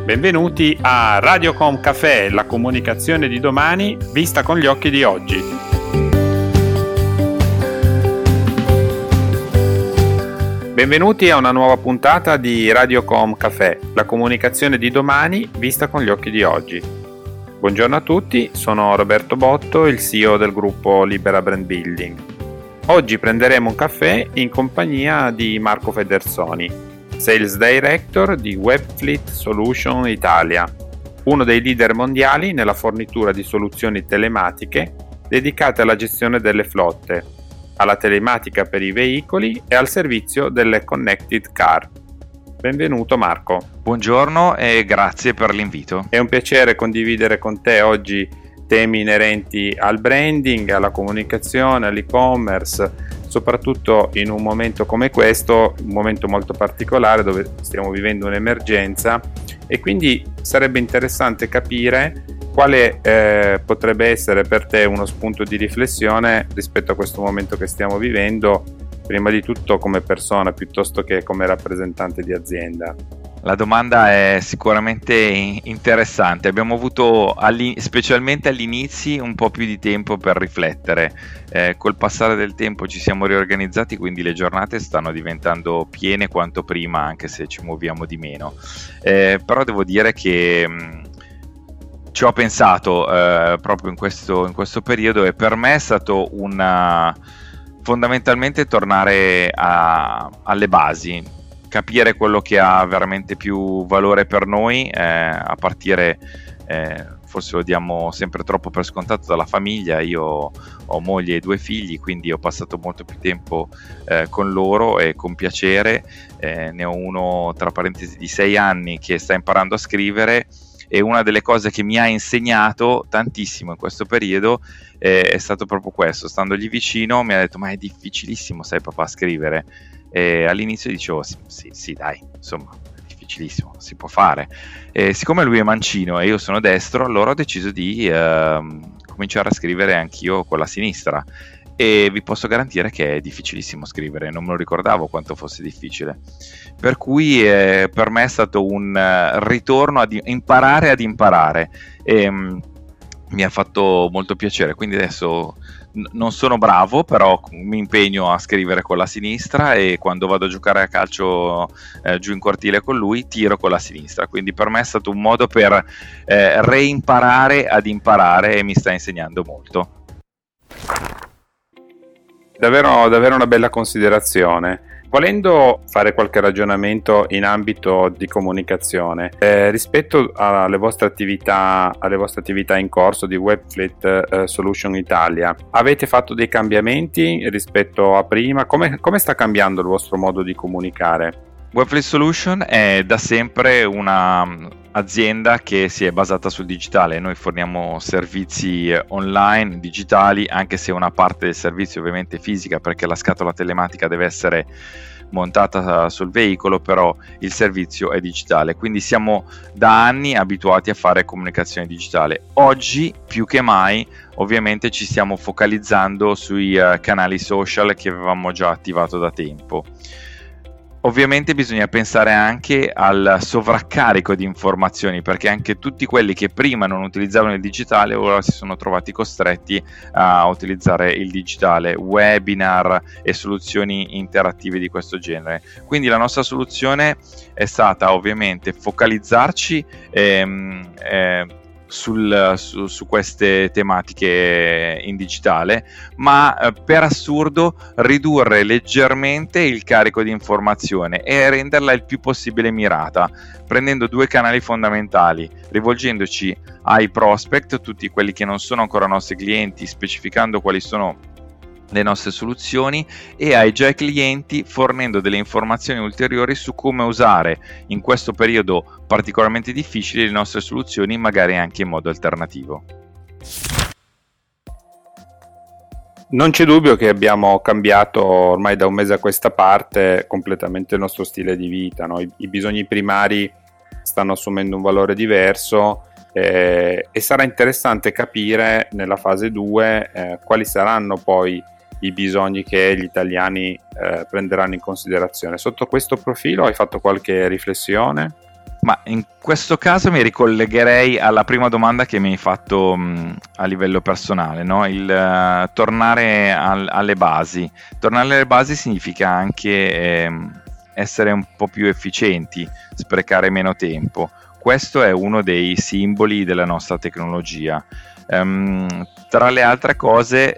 Benvenuti a Radiocom Café, la comunicazione di domani vista con gli occhi di oggi. Benvenuti a una nuova puntata di Radiocom Café, la comunicazione di domani vista con gli occhi di oggi. Buongiorno a tutti, sono Roberto Botto, il CEO del gruppo Libera Brand Building. Oggi prenderemo un caffè in compagnia di Marco Federsoni, Sales Director di Webfleet Solution Italia, uno dei leader mondiali nella fornitura di soluzioni telematiche dedicate alla gestione delle flotte, alla telematica per i veicoli e al servizio delle connected car. Benvenuto Marco. Buongiorno e grazie per l'invito. È un piacere condividere con te oggi temi inerenti al branding, alla comunicazione, all'e-commerce, soprattutto in un momento come questo, un momento molto particolare dove stiamo vivendo un'emergenza, e quindi sarebbe interessante capire quale potrebbe essere per te uno spunto di riflessione rispetto a questo momento che stiamo vivendo, prima di tutto come persona piuttosto che come rappresentante di azienda. La domanda è sicuramente interessante. Abbiamo avuto, specialmente all'inizio, un po' più di tempo per riflettere. Col passare del tempo ci siamo riorganizzati, quindi le giornate stanno diventando piene quanto prima, anche se ci muoviamo di meno. Però devo dire che ci ho pensato proprio in questo periodo, e per me è stato fondamentalmente tornare alle basi, capire quello che ha veramente più valore per noi, a partire, forse lo diamo sempre troppo per scontato, dalla famiglia. Io ho moglie e 2 figli, quindi ho passato molto più tempo con loro, e con piacere. Ne ho uno, tra parentesi, di 6 anni che sta imparando a scrivere, e una delle cose che mi ha insegnato tantissimo in questo periodo è stato proprio questo. Standogli vicino mi ha detto: ma è difficilissimo, sai papà, scrivere? E all'inizio dicevo sì dai, insomma è difficilissimo, si può fare. E siccome lui è mancino e io sono destro, allora ho deciso di cominciare a scrivere anch'io con la sinistra, e vi posso garantire che è difficilissimo scrivere, non me lo ricordavo quanto fosse difficile, per cui per me è stato un ritorno ad imparare ad imparare, e mi ha fatto molto piacere. Quindi adesso non sono bravo, però mi impegno a scrivere con la sinistra, e quando vado a giocare a calcio giù in cortile con lui tiro con la sinistra. Quindi per me è stato un modo per reimparare ad imparare, e mi sta insegnando molto. Davvero una bella considerazione. Volendo fare qualche ragionamento in ambito di comunicazione, rispetto alle vostre attività in corso di Webfleet Solution Italia, avete fatto dei cambiamenti rispetto a prima? Come sta cambiando il vostro modo di comunicare? Webfleet Solution è da sempre una azienda che si è basata sul digitale. Noi forniamo servizi online, digitali, anche se una parte del servizio ovviamente fisica, perché la scatola telematica deve essere montata sul veicolo, però il servizio è digitale. Quindi siamo da anni abituati a fare comunicazione digitale. Oggi più che mai ovviamente ci stiamo focalizzando sui canali social che avevamo già attivato da tempo. Ovviamente bisogna pensare anche al sovraccarico di informazioni, perché anche tutti quelli che prima non utilizzavano il digitale ora si sono trovati costretti a utilizzare il digitale, webinar e soluzioni interattive di questo genere. Quindi la nostra soluzione è stata ovviamente focalizzarci su queste tematiche in digitale, ma per assurdo ridurre leggermente il carico di informazione e renderla il più possibile mirata, prendendo 2 canali fondamentali, rivolgendoci ai prospect, tutti quelli che non sono ancora nostri clienti, specificando quali sono le nostre soluzioni, e ai già clienti fornendo delle informazioni ulteriori su come usare in questo periodo particolarmente difficile le nostre soluzioni, magari anche in modo alternativo. Non c'è dubbio che abbiamo cambiato ormai da un mese a questa parte completamente il nostro stile di vita, no? I bisogni primari stanno assumendo un valore diverso, e sarà interessante capire nella fase 2 quali saranno poi i bisogni che gli italiani prenderanno in considerazione. Sotto questo profilo hai fatto qualche riflessione? Ma in questo caso mi ricollegherei alla prima domanda che mi hai fatto a livello personale, no? Il tornare alle basi. Tornare alle basi significa anche essere un po' più efficienti, sprecare meno tempo. Questo è uno dei simboli della nostra tecnologia. Tra le altre cose,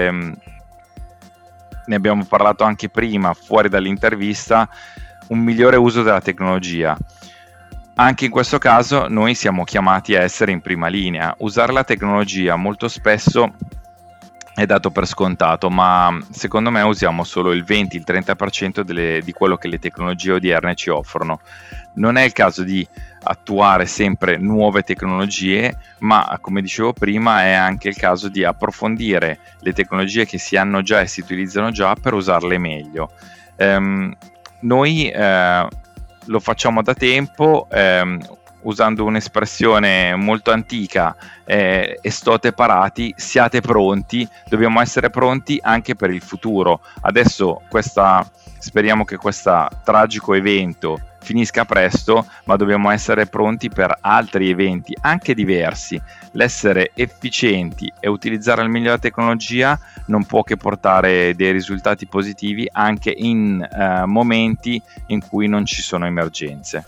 ne abbiamo parlato anche prima, fuori dall'intervista, un migliore uso della tecnologia. Anche in questo caso noi siamo chiamati a essere in prima linea. Usare la tecnologia molto spesso è dato per scontato, ma secondo me usiamo solo il 20-30% di quello che le tecnologie odierne ci offrono. Non è il caso di attuare sempre nuove tecnologie, ma come dicevo prima è anche il caso di approfondire le tecnologie che si hanno già e si utilizzano già per usarle meglio. Noi lo facciamo da tempo, usando un'espressione molto antica, estote parati, siate pronti. Dobbiamo essere pronti anche per il futuro. Adesso speriamo che questo tragico evento finisca presto, ma dobbiamo essere pronti per altri eventi anche diversi. L'essere efficienti e utilizzare al meglio la tecnologia non può che portare dei risultati positivi anche in momenti in cui non ci sono emergenze.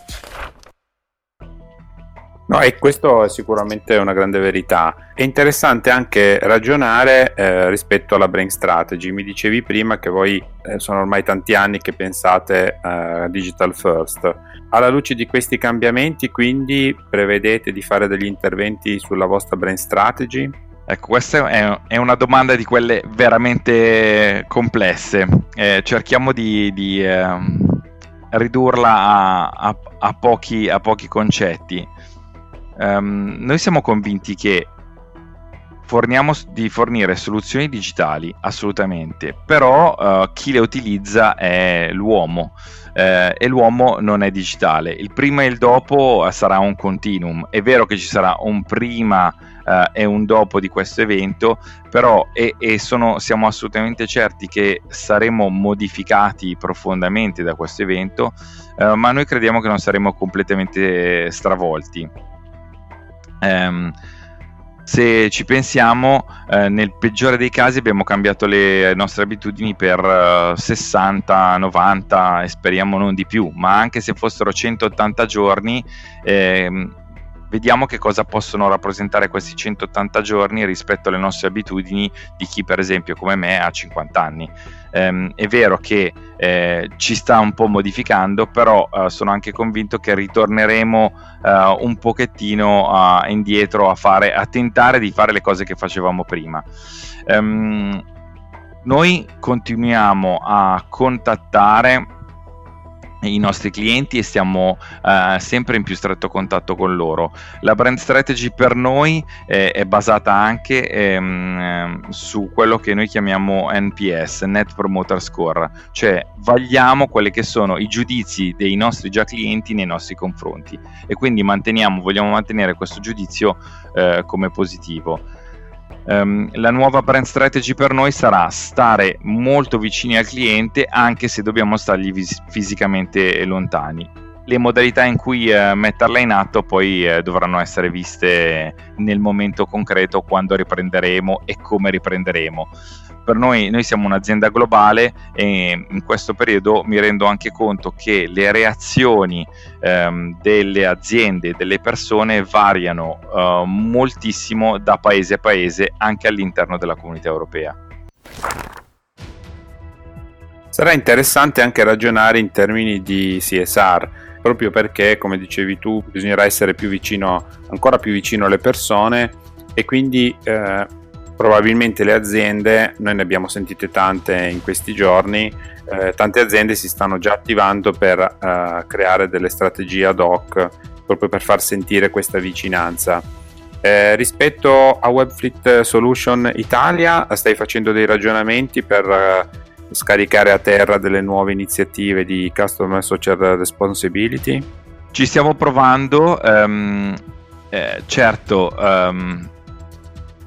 No, e questo è sicuramente una grande verità. È interessante anche ragionare rispetto alla brain strategy. Mi dicevi prima che voi sono ormai tanti anni che pensate digital first. Alla luce di questi cambiamenti, quindi, prevedete di fare degli interventi sulla vostra brain strategy? Ecco, questa è una domanda di quelle veramente complesse. Cerchiamo di ridurla a pochi concetti. Noi siamo convinti che di fornire soluzioni digitali, assolutamente, però chi le utilizza è l'uomo, e l'uomo non è digitale. Il prima e il dopo sarà un continuum. È vero che ci sarà un prima e un dopo di questo evento, però siamo assolutamente certi che saremo modificati profondamente da questo evento, ma noi crediamo che non saremo completamente stravolti. Se ci pensiamo, nel peggiore dei casi abbiamo cambiato le nostre abitudini per 60, 90 e speriamo non di più, ma anche se fossero 180 giorni, vediamo che cosa possono rappresentare questi 180 giorni rispetto alle nostre abitudini di chi, per esempio, come me, ha 50 anni. È vero che ci sta un po' modificando, però sono anche convinto che ritorneremo un pochettino indietro a tentare di fare le cose che facevamo prima. Noi continuiamo a contattare i nostri clienti e stiamo sempre in più stretto contatto con loro. La brand strategy per noi è basata anche su quello che noi chiamiamo NPS, Net Promoter Score, cioè vagliamo quelli che sono i giudizi dei nostri già clienti nei nostri confronti e quindi vogliamo mantenere questo giudizio come positivo. La nuova brand strategy per noi sarà stare molto vicini al cliente anche se dobbiamo stargli fisicamente lontani. Le modalità in cui metterla in atto poi dovranno essere viste nel momento concreto, quando riprenderemo e come riprenderemo. Per noi siamo un'azienda globale e in questo periodo mi rendo anche conto che le reazioni delle aziende e delle persone variano moltissimo da paese a paese, anche all'interno della comunità europea. Sarà interessante anche ragionare in termini di CSR, proprio perché, come dicevi tu, bisognerà essere ancora più vicino alle persone e quindi probabilmente le aziende, noi ne abbiamo sentite tante in questi giorni, tante aziende si stanno già attivando per creare delle strategie ad hoc proprio per far sentire questa vicinanza. Rispetto a Webfleet Solution Italia, stai facendo dei ragionamenti per scaricare a terra delle nuove iniziative di Customer Social Responsibility? Ci stiamo provando, certo.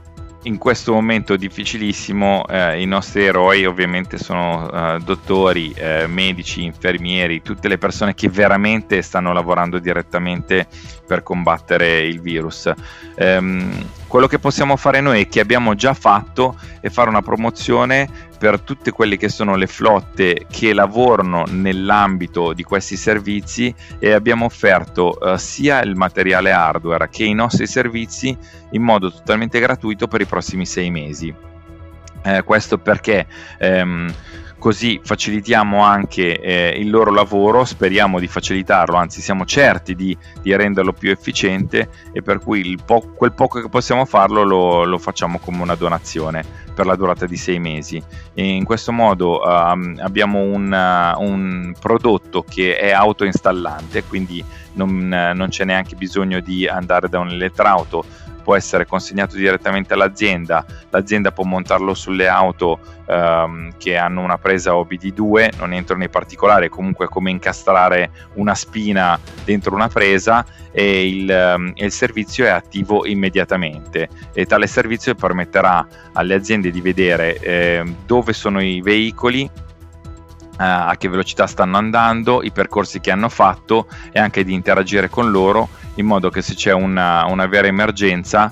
in questo momento difficilissimo i nostri eroi ovviamente sono dottori, medici, infermieri, tutte le persone che veramente stanno lavorando direttamente per combattere il virus. Quello che possiamo fare noi, che abbiamo già fatto, è fare una promozione per tutte quelle che sono le flotte che lavorano nell'ambito di questi servizi, e abbiamo offerto sia il materiale hardware che i nostri servizi in modo totalmente gratuito per i prossimi 6 mesi. Questo perché così facilitiamo anche il loro lavoro, speriamo di facilitarlo, anzi siamo certi di renderlo più efficiente, e per cui quel poco che possiamo farlo lo facciamo come una donazione per la durata di 6 mesi. E in questo modo abbiamo un prodotto che è autoinstallante, quindi non c'è neanche bisogno di andare da un elettrauto, può essere consegnato direttamente all'azienda, l'azienda può montarlo sulle auto che hanno una presa OBD2, non entro nei particolari, comunque come incastrare una spina dentro una presa, e il servizio è attivo immediatamente, e tale servizio permetterà alle aziende di vedere dove sono i veicoli, a che velocità stanno andando, i percorsi che hanno fatto, e anche di interagire con loro in modo che se c'è una vera emergenza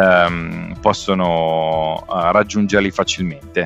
possono raggiungerli facilmente.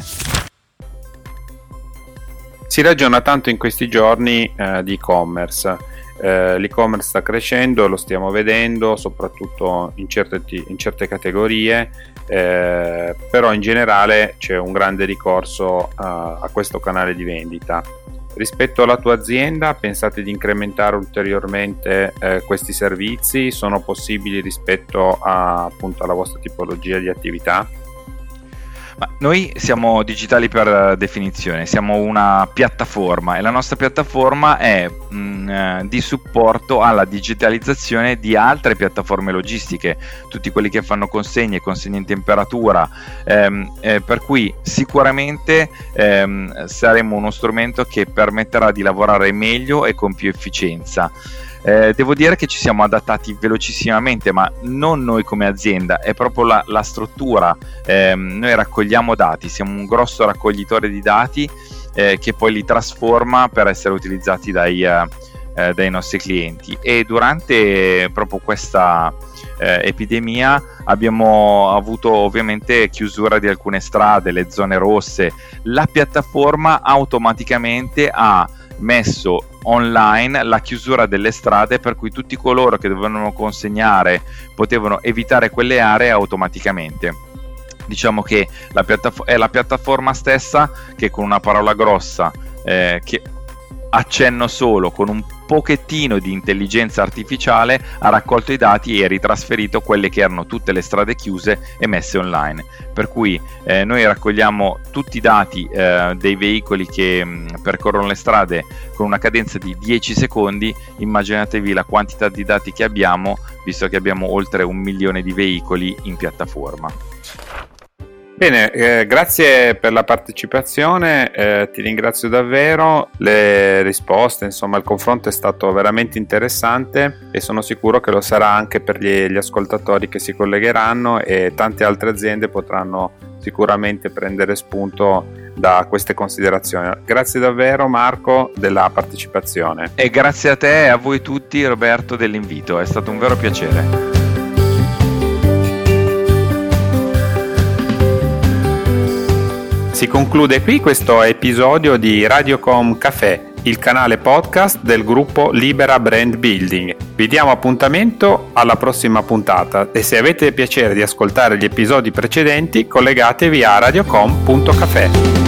Si ragiona tanto in questi giorni di e-commerce. L'e-commerce sta crescendo, lo stiamo vedendo soprattutto in certe categorie, però in generale c'è un grande ricorso a questo canale di vendita. Rispetto alla tua azienda, pensate di incrementare ulteriormente questi servizi? Sono possibili rispetto appunto alla vostra tipologia di attività? Ma noi siamo digitali per definizione, siamo una piattaforma, e la nostra piattaforma è di supporto alla digitalizzazione di altre piattaforme logistiche, tutti quelli che fanno consegne in temperatura, per cui sicuramente saremo uno strumento che permetterà di lavorare meglio e con più efficienza. Devo dire che ci siamo adattati velocissimamente, ma non noi come azienda, è proprio la struttura. Noi raccogliamo dati, siamo un grosso raccoglitore di dati che poi li trasforma per essere utilizzati dai nostri clienti, e durante proprio questa epidemia abbiamo avuto ovviamente chiusura di alcune strade, le zone rosse. La piattaforma automaticamente ha messo online la chiusura delle strade, per cui tutti coloro che dovevano consegnare potevano evitare quelle aree automaticamente. Diciamo che è la piattaforma stessa che, con una parola grossa che accenno solo, con un pochettino di intelligenza artificiale, ha raccolto i dati e ritrasferito quelle che erano tutte le strade chiuse e messe online. Per cui noi raccogliamo tutti i dati dei veicoli che percorrono le strade con una cadenza di 10 secondi. Immaginatevi la quantità di dati che abbiamo, visto che abbiamo oltre 1 milione di veicoli in piattaforma. Bene, grazie per la partecipazione, ti ringrazio davvero, le risposte, insomma il confronto è stato veramente interessante, e sono sicuro che lo sarà anche per gli ascoltatori che si collegheranno, e tante altre aziende potranno sicuramente prendere spunto da queste considerazioni. Grazie davvero Marco della partecipazione. E grazie a te e a voi tutti, Roberto, dell'invito, è stato un vero piacere. Si conclude qui questo episodio di Radiocom Café, il canale podcast del gruppo Libera Brand Building. Vi diamo appuntamento alla prossima puntata, e se avete piacere di ascoltare gli episodi precedenti, collegatevi a radiocom.café.